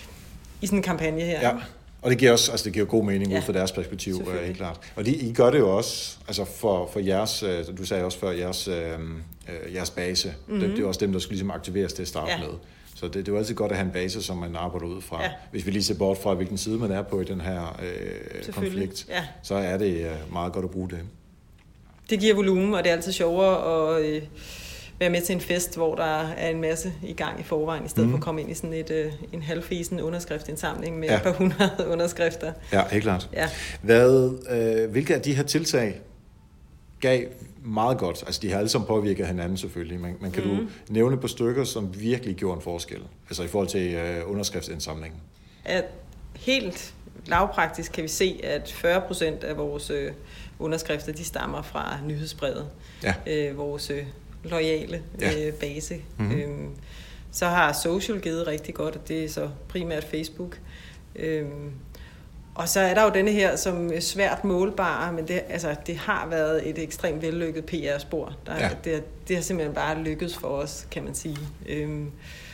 i sådan en kampagne her. Ja, og det giver også, altså det giver god mening ja. ud fra deres perspektiv, er helt klart. Og de, I gør det jo også, altså for, for jeres, du sagde også før, jeres, øh, jeres base, mm-hmm. det, det er også dem, der skal ligesom aktiveres til at starte ja. med. Så det, det er jo altid godt at have en base, som man arbejder ud fra. Ja. Hvis vi lige ser bort fra, hvilken side man er på i den her øh, konflikt, ja. så er det meget godt at bruge det. Det giver volumen, og det er altid sjovere at... Øh, være med til en fest, hvor der er en masse i gang i forvejen, i stedet mm. for at komme ind i sådan et, øh, en halvfesen underskriftsindsamling med ja. et par hundrede underskrifter. Ja, helt klart. Ja. Hvad, øh, hvilke af de her tiltag gav meget godt? Altså, de har alle sammen påvirket hinanden selvfølgelig, men, men kan mm. du nævne på stykker, som virkelig gjorde en forskel? Altså i forhold til øh, underskriftsindsamlingen? At helt lavpraktisk kan vi se, at fyrre procent af vores øh, underskrifter, de stammer fra nyhedsbrevet. Ja. Øh, vores øh, loyale ja. øh, base. Mm-hmm. Øhm, så har social givet rigtig godt, og det er så primært Facebook. Øhm, og så er der jo denne her, som er svært målbare, men det, altså, det har været et ekstremt vellykket P R-spor. Der, ja. det, det har simpelthen bare lykkedes for os, kan man sige. Øhm,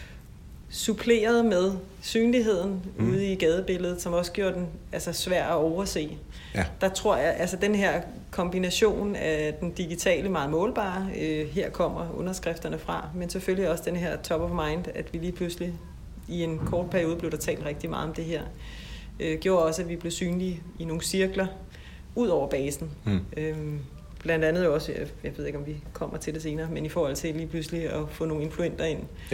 suppleret med synligheden mm. ude i gadebilledet, som også gjorde den altså, svær at overse. Ja. Der tror jeg, altså den her kombination af den digitale meget målbare, øh, her kommer underskrifterne fra, men selvfølgelig også den her top of mind, at vi lige pludselig i en kort periode blev der talt rigtig meget om det her, øh, gjorde også, at vi blev synlige i nogle cirkler ud over basen. Mm. Øhm, blandt andet også, jeg ved ikke om vi kommer til det senere, men i forhold til lige pludselig at få nogle influenter ind. Ja.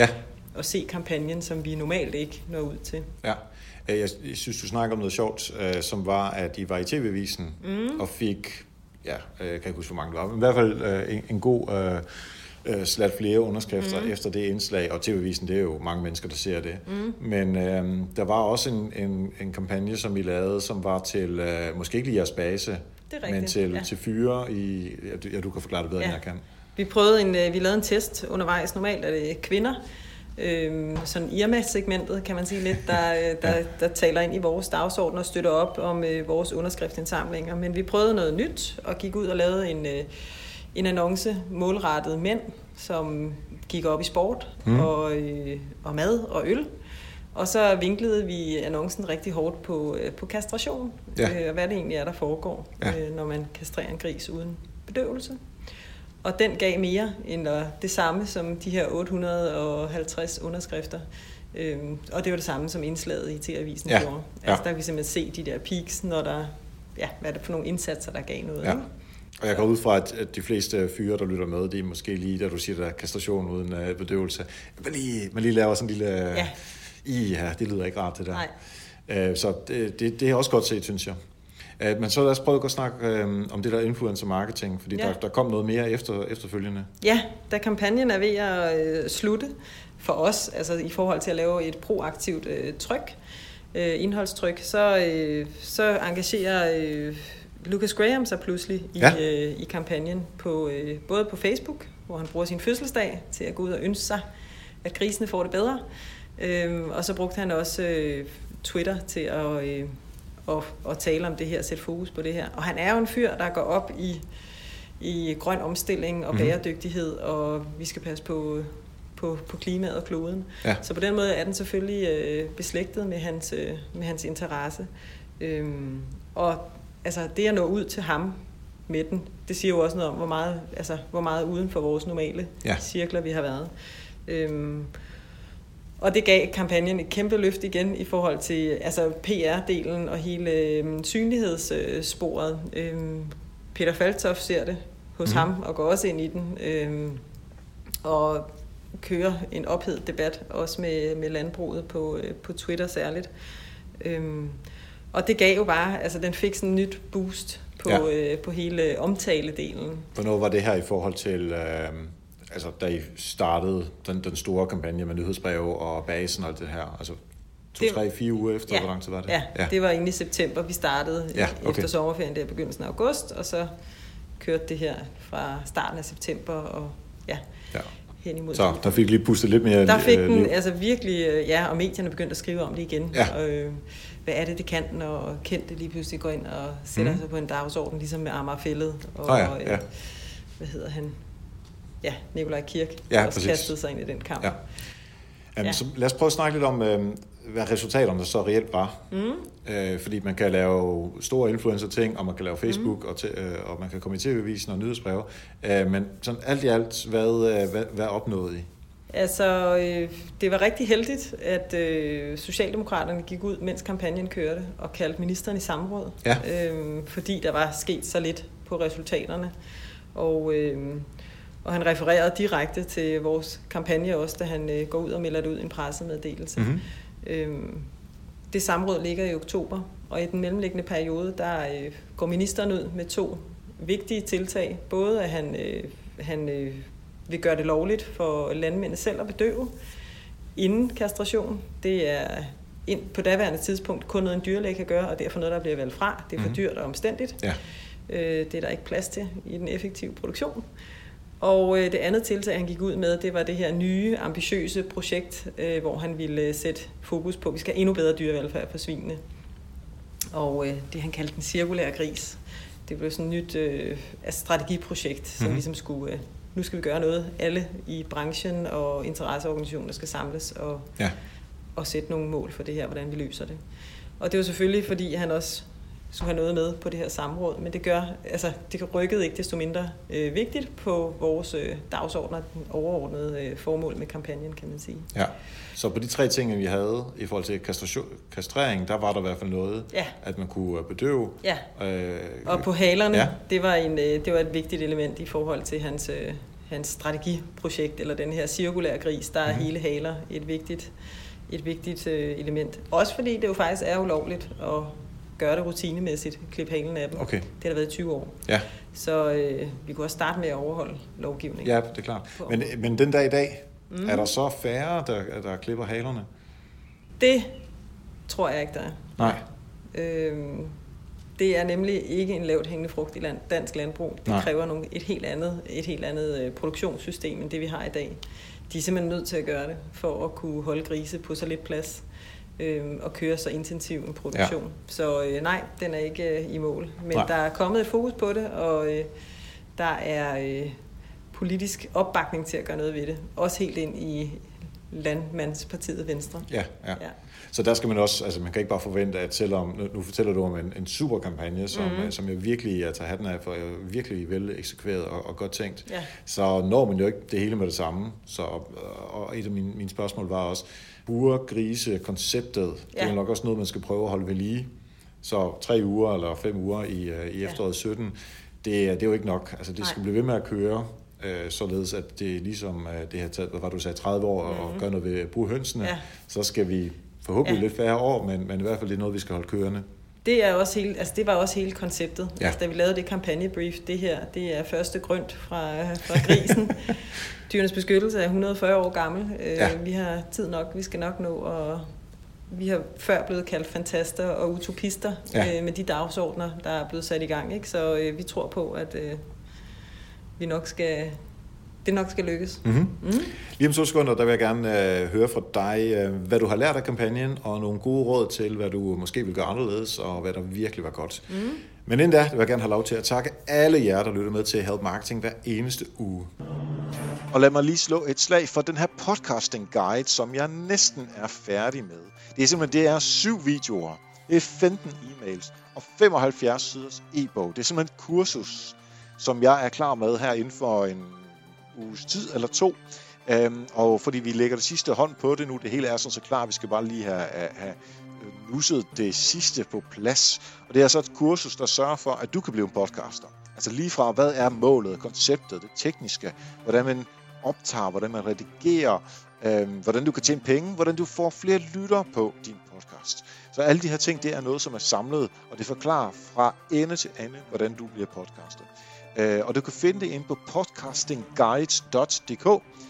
at se kampagnen, som vi normalt ikke når ud til. Ja, jeg synes, du snakker om noget sjovt, som var, at I var i T V-avisen mm. og fik, ja, jeg kan ikke huske, hvor mange det var, men i hvert fald en, en god uh, slat flere underskrifter mm. efter det indslag, og T V-avisen, det er jo mange mennesker, der ser det. Mm. Men uh, der var også en, en, en kampagne, som I lavede, som var til, uh, måske ikke lige jeres base, men til, ja. til fyre i, ja, du kan forklare det bedre, ja. end jeg kan. Vi prøvede en, vi lavede en test undervejs, normalt er det kvinder, Øhm, sådan Irma-segmentet, kan man sige lidt, der, der, ja. der taler ind i vores dagsorden og støtter op om øh, vores underskriftsindsamlinger. Men vi prøvede noget nyt og gik ud og lavede en, øh, en annonce målrettet mænd, som gik op i sport mm. og, øh, og mad og øl. Og så vinklede vi annoncen rigtig hårdt på, øh, på kastration, ja. øh, og hvad det egentlig er, der foregår, ja. øh, når man kastrerer en gris uden bedøvelse. Og den gav mere end det samme som de her otte hundrede og halvtreds underskrifter. Øhm, og det var det samme som indslaget i T V-avisen ja. gjorde. Altså ja. Der kan vi simpelthen se de der peaks, når der, ja, hvad er det for nogle indsatser, der gav noget. Ja. Og jeg går ud fra, at de fleste fyre, der lytter med, det er måske lige, da du siger, der er kastration uden uh, bedøvelse. Man lige, man lige laver sådan en lille... Ja. I, ja, det lyder ikke rart, det der. Nej. Uh, så det, det, det er også godt set, synes jeg. Men så lad os prøve at snakke øh, om det der influencer marketing, fordi ja. der, der kom noget mere efter, efterfølgende. Ja, da kampagnen er ved at øh, slutte for os, altså i forhold til at lave et proaktivt øh, tryk, øh, indholdstryk, så, øh, så engagerer øh, Lucas Graham sig pludselig i, ja. øh, i kampagnen, på, øh, både på Facebook, hvor han bruger sin fødselsdag til at gå ud og ønske sig, at grisene får det bedre, øh, og så brugte han også øh, Twitter til at... Øh, Og, og tale om det her, sætte fokus på det her. Og han er jo en fyr, der går op i, i grøn omstilling og bæredygtighed, og vi skal passe på, på, på klimaet og kloden. Ja. Så på den måde er den selvfølgelig øh, beslægtet med hans, øh, med hans interesse. Øhm, og altså, det at nå ud til ham med den, det siger jo også noget om, hvor meget, altså, hvor meget uden for vores normale ja. cirkler vi har været. Øhm, Og det gav kampagnen et kæmpe løft igen i forhold til altså P R-delen og hele øh, synlighedssporet. Øh, Peter Falktoft ser det hos mm. ham og går også ind i den. Øh, og kører en ophedet debat, også med, med landbruget på, øh, på Twitter særligt. Øh, og det gav jo bare, altså den fik sådan en nyt boost på, ja. øh, på hele omtaledelen. Hvornår var det her i forhold til... Øh... Altså, da I startede den, den store kampagne med nyhedsbreve og basen og alt det her, altså to, det, tre, fire uger efter, ja, hvor lang tid var det? Ja, ja, det var egentlig i september, vi startede ja, okay. efter sommerferien, der i begyndelsen af august, og så kørte det her fra starten af september og ja, ja. hen imod. Så der fik lige pustet lidt mere. Der fik den liv. altså virkelig, ja, og medierne begyndte at skrive om det igen. Ja. Og, øh, hvad er det, det kan, når kendte lige pludselig går ind og sætter mm. sig på en dagsorden, ligesom med Amager Fælled og, oh, ja, ja. Øh, hvad hedder han? Ja, Nikolaj Kirk, ja, også kastede sig ind i den kamp. Ja. Um, ja. Så lad os prøve at snakke lidt om, øh, hvad resultaterne så reelt var. Mm. Øh, fordi man kan lave store influencer-ting, og man kan lave Facebook, mm. og, te- øh, og man kan komme i T V-avisen og nyhedsbreve. Øh, men sådan alt i alt, hvad, øh, hvad, hvad opnåede I? Altså, øh, det var rigtig heldigt, at øh, Socialdemokraterne gik ud, mens kampagnen kørte, og kaldte ministeren i samråd. Ja. Øh, fordi der var sket så lidt på resultaterne. Og... Øh, Og han refererede direkte til vores kampagne også, da han øh, går ud og melder det ud i en pressemeddelelse. Mm-hmm. Øhm, det samråd ligger i oktober, og i den mellemliggende periode, der øh, går ministeren ud med to vigtige tiltag. Både at han, øh, han øh, vil gøre det lovligt for landmændene selv at bedøve inden kastration. Det er ind på daværende tidspunkt kun noget, en dyrlæge kan gøre, og derfor noget, der bliver valgt fra. Det er for mm-hmm. dyrt og omstændigt. Ja. Øh, det er der ikke plads til i den effektive produktion. Og det andet tiltag, han gik ud med, det var det her nye, ambitiøse projekt, øh, hvor han ville sætte fokus på, at vi skal have endnu bedre dyrevelfærd for svinene. Og øh, det, han kaldte den cirkulære gris, det blev sådan et nyt øh, strategiprojekt, som mm-hmm. ligesom skulle, øh, nu skal vi gøre noget, alle i branchen og interesseorganisationer skal samles og, ja. og sætte nogle mål for det her, hvordan vi løser det. Og det var selvfølgelig, fordi han også skulle have noget med på det her samråd, men det gør, altså det rykkede ikke desto mindre øh, vigtigt på vores øh, dagsordner, den overordnede øh, formål med kampagnen, kan man sige. Ja, så på de tre ting, vi havde i forhold til kastrering, der var der i hvert fald noget, ja. at man kunne bedøve. Ja, øh, og på halerne, ja. det, var en, øh, det var et vigtigt element i forhold til hans, øh, hans strategiprojekt, eller den her cirkulære gris, der er mm. hele haler et vigtigt, et vigtigt øh, element. Også fordi det jo faktisk er ulovligt at gøre det rutinemæssigt, klippe halen af dem. Okay. Det har der været i tyve år. Ja. Så øh, vi kunne også starte med at overholde lovgivningen. Ja, det er klart. Men, men den dag i dag, mm. er der så færre, der, der klipper halerne? Det tror jeg ikke, der er. Nej. Øhm, det er nemlig ikke en lavt hængende frugt i land, dansk landbrug. Det Nej. kræver nogle, et helt andet, et helt andet øh, produktionssystem, end det vi har i dag. De er simpelthen nødt til at gøre det, for at kunne holde grise på så lidt plads øh, og køre så intensiv en produktion. Ja. Så øh, nej, den er ikke øh, i mål. Men nej. Der er kommet et fokus på det, og øh, der er øh, politisk opbakning til at gøre noget ved det. Også helt ind i Landmandspartiet Venstre. Ja, ja. ja. Så der skal man også, altså man kan ikke bare forvente, at selvom, nu fortæller du om en, en super kampagne, som, mm-hmm. som jeg virkelig jeg tager hatten af for, jeg er virkelig vel eksekveret og, og godt tænkt, ja. Så når man jo ikke det hele med det samme. Så, og et af mine, mine spørgsmål var også, burgrise-konceptet, ja. Det er nok også noget, man skal prøve at holde ved lige. Så tre uger eller fem uger i, i efteråret ja. sytten, det, det er jo ikke nok. Altså det skal Nej. blive ved med at køre, øh, således at det ligesom, det har taget, hvad var du sagde, tredive år mm-hmm. og gøre noget ved burhønsene, ja. Så skal vi forhåbentlig ja. lidt færre år, men, men i hvert fald det er noget, vi skal holde kørende. Det, er også hele, altså det var også hele konceptet. Ja. Altså, da vi lavede det kampagnebrief, det her, det er første grønt fra, fra grisen. Dyrenes beskyttelse er et hundrede og fyrre år gammel. Ja. Vi har tid nok, vi skal nok nå, og vi har før blevet kaldt fantaster og utopister ja. med de dagsordner, der er blevet sat i gang. Ikke? Så øh, vi tror på, at øh, vi nok skal... det nok skal lykkes. Mm-hmm. Mm. Lige om to sekunder, der vil jeg gerne øh, høre fra dig, øh, hvad du har lært af kampagnen, og nogle gode råd til, hvad du måske vil gøre anderledes, og hvad der virkelig var godt. Mm. Men inden da, vil jeg gerne have lov til at takke alle jer, der lytter med til Help Marketing hver eneste uge. Og lad mig lige slå et slag for den her podcasting guide, som jeg næsten er færdig med. Det er simpelthen, det er syv videoer, det er femten e-mails og femoghalvfjerds siders e-bog. Det er simpelthen et kursus, som jeg er klar med her inden for en uges tid eller to, øhm, og fordi vi lægger det sidste hånd på det nu, det hele er sådan så klar, vi skal bare lige have, have, have nusset det sidste på plads, og det er så et kursus, der sørger for, at du kan blive en podcaster. Altså lige fra, hvad er målet, konceptet, det tekniske, hvordan man optager, hvordan man redigerer, øhm, hvordan du kan tjene penge, hvordan du får flere lyttere på din podcast. Så alle de her ting, det er noget, som er samlet, og det forklarer fra ende til ende, hvordan du bliver podcaster. Uh, og du kan finde det inde på podcasting guides punktum d k,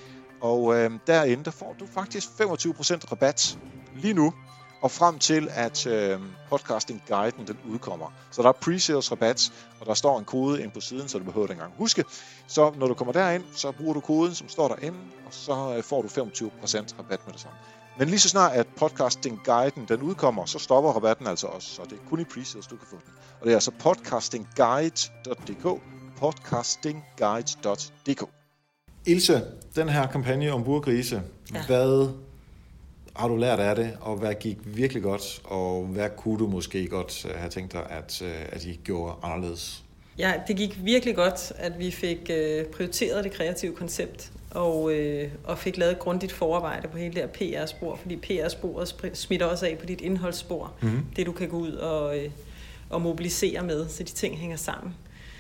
og uh, derinde der får du faktisk femogtyve procent rabat lige nu, og frem til at uh, Podcasting Guiden den udkommer. Så der er pre-sales rabat, og der står en kode inde på siden, så du behøver det engang huske. Så når du kommer derind, så bruger du koden, som står derinde, og så uh, får du femogtyve procent rabat med det samme. Men lige så snart at Podcasting Guiden den udkommer, så stopper rabatten altså også, så det er kun i pre-sales, du kan få den. Og det er altså podcasting guides punktum d k, podcasting guides punktum d k. Ilse, den her kampagne om burgrise, ja. Hvad har du lært af det, og hvad gik virkelig godt, og hvad kunne du måske godt have tænkt dig, at, at I gjorde anderledes? Ja, det gik virkelig godt, at vi fik øh, prioriteret det kreative koncept, og, øh, og fik lavet et grundigt forarbejde på hele det her P R-spor, fordi P R-sporet smitter også af på dit indholdsspor, mm-hmm. det du kan gå ud og, øh, og mobilisere med, så de ting hænger sammen.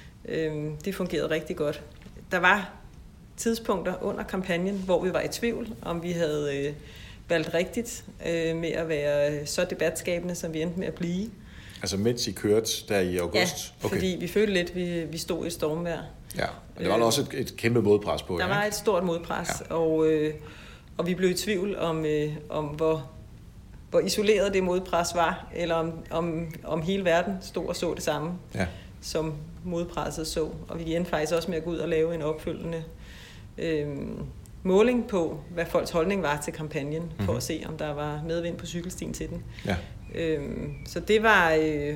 Øh, det fungerede rigtig godt. Der var tidspunkter under kampagnen, hvor vi var i tvivl, om vi havde øh, valgt rigtigt øh, med at være så debatskabende, som vi endte med at blive. Altså mens I kørte der i august? Ja, okay. Fordi vi følte lidt, at vi, vi stod i et stormvejr. Ja, og der var øh, også et, et kæmpe modpres på. Der ja, var et stort modpres, ja. og, øh, og vi blev i tvivl om, øh, om hvor, hvor isoleret det modpres var, eller om, om, om hele verden stod og så det samme, ja. Som modpresset så. Og vi endte faktisk også med at gå ud og lave en opfølgende øh, måling på, hvad folks holdning var til kampagnen, mm-hmm. for at se, om der var medvind på cykelstien til den. Ja. Øhm, så det var, øh, jeg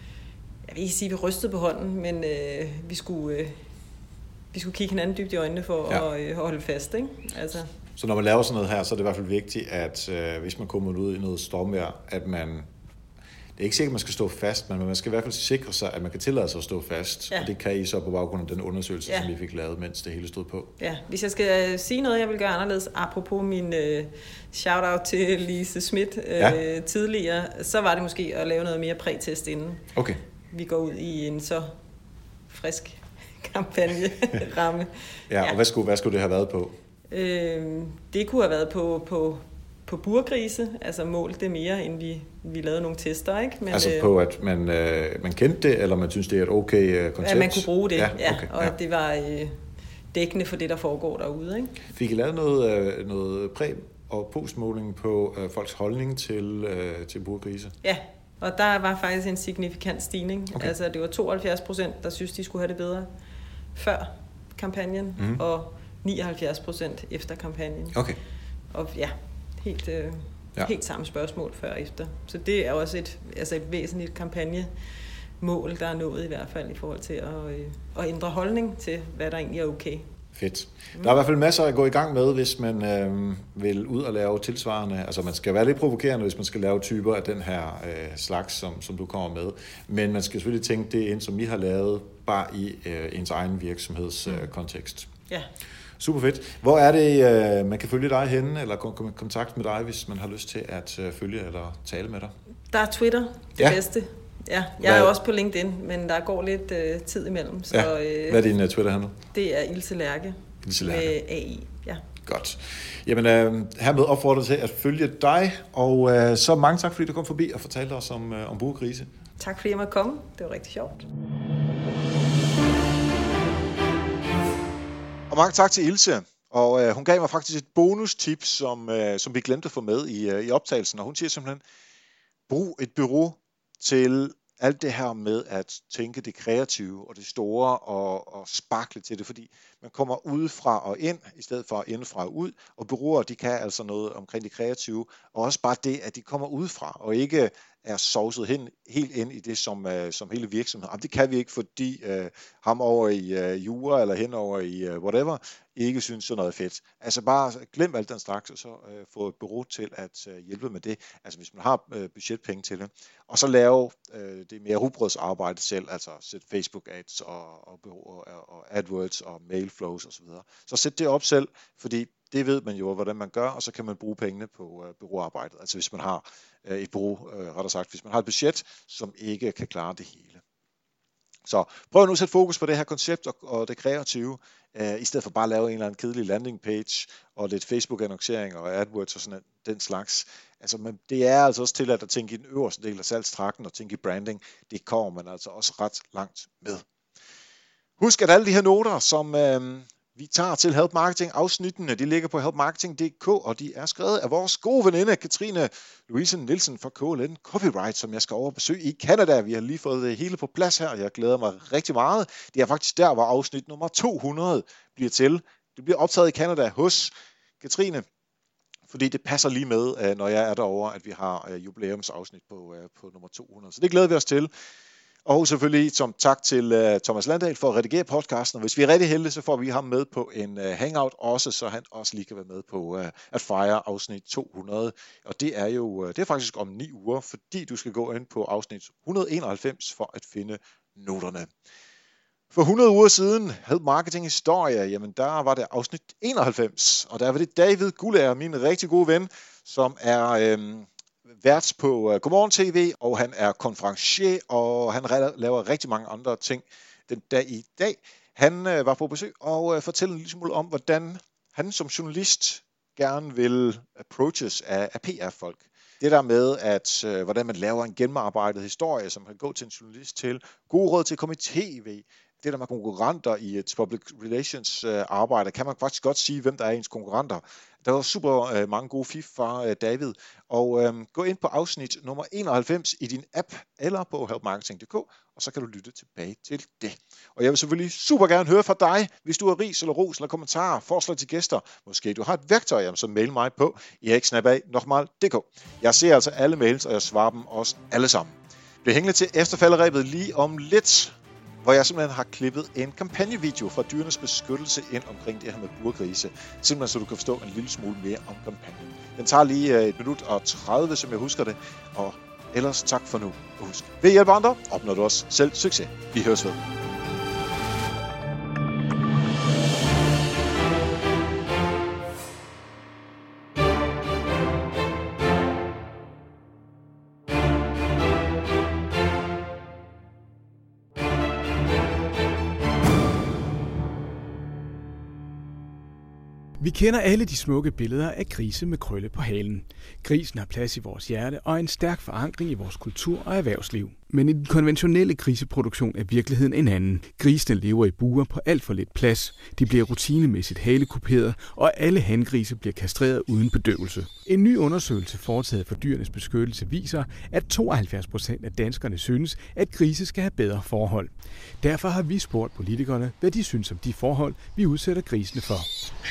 vil ikke sige, at vi rystede på hånden, men øh, vi, skulle, øh, vi skulle kigge hinanden dybt i øjnene for ja. at, øh, at holde fast. Ikke? Altså. Så når man laver sådan noget her, så er det i hvert fald vigtigt, at øh, hvis man kommer ud i noget stormvejr, at man, det er ikke sikkert, at man skal stå fast, men man skal i hvert fald sikre sig, at man kan tillade sig at stå fast. Ja. Og det kan I så på baggrund af den undersøgelse, ja. Som vi fik lavet, mens det hele stod på. Ja, hvis jeg skal sige noget, jeg vil gøre anderledes, apropos min øh, shout-out til Lise Schmidt øh, ja. tidligere, så var det måske at lave noget mere prætest inden. Okay. Vi går ud i en så frisk kampagneramme. ja, og ja. Hvad, skulle, hvad skulle det have været på? Øh, det kunne have været på, på, på burgrise, altså målt det mere, end vi, vi lavede nogle tester. Ikke? Men, altså på, at man, øh, man kendte det, eller man synes, det er et okay øh, koncept? Ja, man kunne bruge det, ja, ja, okay, og ja. det var øh, dækkende for det, der foregår derude. Ikke? Fik I lavet noget, øh, noget præ- og postmåling på øh, folks holdning til, øh, til burgrise? Ja, og der var faktisk en signifikant stigning. Okay. Altså det var tooghalvfjerds procent, der synes, de skulle have det bedre før kampagnen, mm. og nioghalvfjerds procent efter kampagnen. Okay. Og ja, helt, øh, ja. helt samme spørgsmål før og efter. Så det er også et, altså et væsentligt kampagnemål, der er nået i hvert fald i forhold til at, øh, at ændre holdning til, hvad der egentlig er okay. Fedt. Der er i hvert fald masser at gå i gang med, hvis man øh, vil ud og lave tilsvarende. Altså man skal være lidt provokerende, hvis man skal lave typer af den her øh, slags, som, som du kommer med. Men man skal selvfølgelig tænke det ind, som I har lavet, bare i øh, ens egen virksomhedskontekst. Øh, ja. Super fedt. Hvor er det, øh, man kan følge dig henne, eller komme i kontakt med dig, hvis man har lyst til at øh, følge eller tale med dig? Der er Twitter, det ja. bedste. Ja, jeg er jo også på LinkedIn, men der går lidt øh, tid imellem. Så, ja. øh, Hvad er din uh, Twitter-handle? Det er Ilse Lærke. Ilse Lærke. Med A I, ja. Godt. Jamen, øh, hermed opfordrer til at følge dig, og øh, så mange tak, fordi du kom forbi og fortalte os om, øh, om burgrise. Tak fordi jeg måtte komme. Det var rigtig sjovt. Og mange tak til Ilse. Og øh, hun gav mig faktisk et bonustip, som, øh, som vi glemte at få med i, øh, i optagelsen. Og hun siger simpelthen, brug et bureau til alt det her med at tænke det kreative og det store og, og sparkle til det, fordi man kommer udefra og ind, i stedet for indefra og ud, og bureauer, de kan altså noget omkring det kreative, og også bare det, at de kommer udefra, og ikke er sovset hen, helt ind i det, som, uh, som hele virksomheden. Jamen, det kan vi ikke, fordi uh, ham over i uh, jura, eller hen over i uh, whatever, ikke synes sådan noget er fedt. Altså bare glem alt den straks, og så uh, få et bureau til at uh, hjælpe med det, altså hvis man har uh, budgetpenge til det, og så lave uh, det mere rugbrødsarbejde selv, altså sætte Facebook ads og, og, og, og AdWords og mailflows osv. Så, så sæt det op selv, fordi det ved man jo, hvordan man gør, og så kan man bruge pengene på uh, bureauarbejdet. Altså hvis man har uh, et bureau, uh, rettere sagt, hvis man har et budget, som ikke kan klare det hele. Så prøv nu at sætte fokus på det her koncept og, og det kreative, uh, i stedet for bare at lave en eller anden kedelig landing page og lidt Facebook-annoncering og AdWords og sådan den slags. Altså, men det er altså også tilladt at tænke i den øverste del af salgstrakten og tænke i branding. Det kommer man altså også ret langt med. Husk, at alle de her noter, som øh, vi tager til Help Marketing afsnittene, de ligger på help marketing punktum d k, og de er skrevet af vores gode veninde, Katrine Louise Nielsen fra K L N Copyright, som jeg skal over besøge i Canada. Vi har lige fået det hele på plads her, og jeg glæder mig rigtig meget. Det er faktisk der, hvor afsnit nummer to hundrede bliver til. Det bliver optaget i Canada hos Katrine, fordi det passer lige med, når jeg er derovre, at vi har jubilæumsafsnit på, på nummer to hundrede. Så det glæder vi os til. Og selvfølgelig som tak til uh, Thomas Landahl for at redigere podcasten, og hvis vi er rigtig heldige, så får vi ham med på en uh, hangout også, så han også lige kan være med på uh, at fejre afsnit to hundrede. Og det er jo uh, det er faktisk om ni uger, fordi du skal gå ind på afsnit et hundrede og enoghalvfems for at finde noterne. For hundrede uger siden, Help Marketing Historie, jamen der var det afsnit enoghalvfems, og der var det David Guldager, min rigtig gode ven, som er øhm, vært på uh, Godmorgen T V, og han er konferencier, og han laver rigtig mange andre ting den dag i dag. Han uh, var på besøg og uh, fortæller en lille smule om, hvordan han som journalist gerne vil approaches af, af P R-folk. Det der med, at øh, hvordan man laver en gennemarbejdet historie, som kan gå til en journalist til, gode råd til at komme i tv, det der med konkurrenter i et public relations øh, arbejde, kan man faktisk godt sige, hvem der er ens konkurrenter. Der var super øh, mange gode fif fra øh, David, og øh, gå ind på afsnit nummer enoghalvfems i din app, eller på help marketing punktum d k, og så kan du lytte tilbage til det. Og jeg vil selvfølgelig super gerne høre fra dig, hvis du har ris eller ros eller kommentarer, forslag til gæster. Måske du har et værktøj, jamen, så mail mig på erik snabel-a nokmal punktum d k. Jeg ser altså alle mails, og jeg svarer dem også alle sammen. Bliv hængende til efterfalderæbet lige om lidt, hvor jeg simpelthen har klippet en kampagnevideo fra Dyrenes Beskyttelse ind omkring det her med burgrise. Simpelthen så du kan forstå en lille smule mere om kampagnen. Den tager lige et minut og tredive, som jeg husker det. Og ellers tak for nu. Og husk, ved hjælp andre opnår du også selv succes. Vi høres ved. Vi kender alle de smukke billeder af grise med krølle på halen. Grisen har plads i vores hjerte og en stærk forankring i vores kultur og erhvervsliv. Men i den konventionelle griseproduktion er virkeligheden en anden. Grisene lever i buer på alt for lidt plads. De bliver rutinemæssigt halekuperet, og alle hangrise bliver kastreret uden bedøvelse. En ny undersøgelse foretaget for Dyrenes Beskyttelse viser, at tooghalvfjerds procent af danskerne synes, at grise skal have bedre forhold. Derfor har vi spurgt politikerne, hvad de synes om de forhold, vi udsætter grisene for.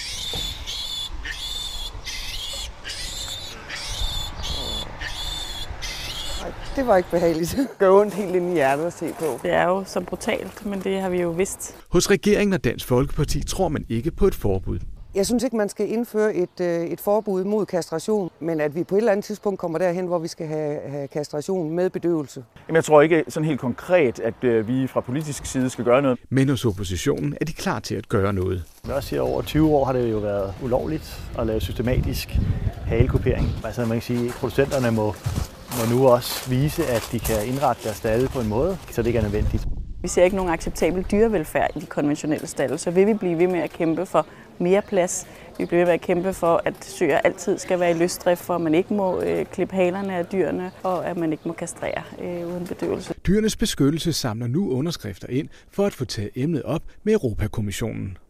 Det var ikke behageligt. Det gør ondt helt ind i hjertet at se på. Det er jo så brutalt, men det har vi jo vidst. Hos regeringen og Dansk Folkeparti tror man ikke på et forbud. Jeg synes ikke, man skal indføre et, et forbud mod kastration, men at vi på et eller andet tidspunkt kommer derhen, hvor vi skal have, have kastration med bedøvelse. Jamen, jeg tror ikke sådan helt konkret, at vi fra politisk side skal gøre noget. Men hos oppositionen er de klar til at gøre noget. Jeg også siger, over tyve år har det jo været ulovligt at lave systematisk halekupering. Altså man kan sige, at producenterne må, må nu også vise, at de kan indrette deres stalde på en måde, så det ikke er nødvendigt. Vi ser ikke nogen acceptabel dyrevelfærd i de konventionelle stalde, så vil vi blive ved med at kæmpe for mere plads. Vi bliver ved med at kæmpe for, at søer altid skal være i løsdrift, for at man ikke må øh, klippe halerne af dyrene, og at man ikke må kastrere øh, uden bedøvelse. Dyrenes Beskyttelse samler nu underskrifter ind for at få taget emnet op med Europakommissionen.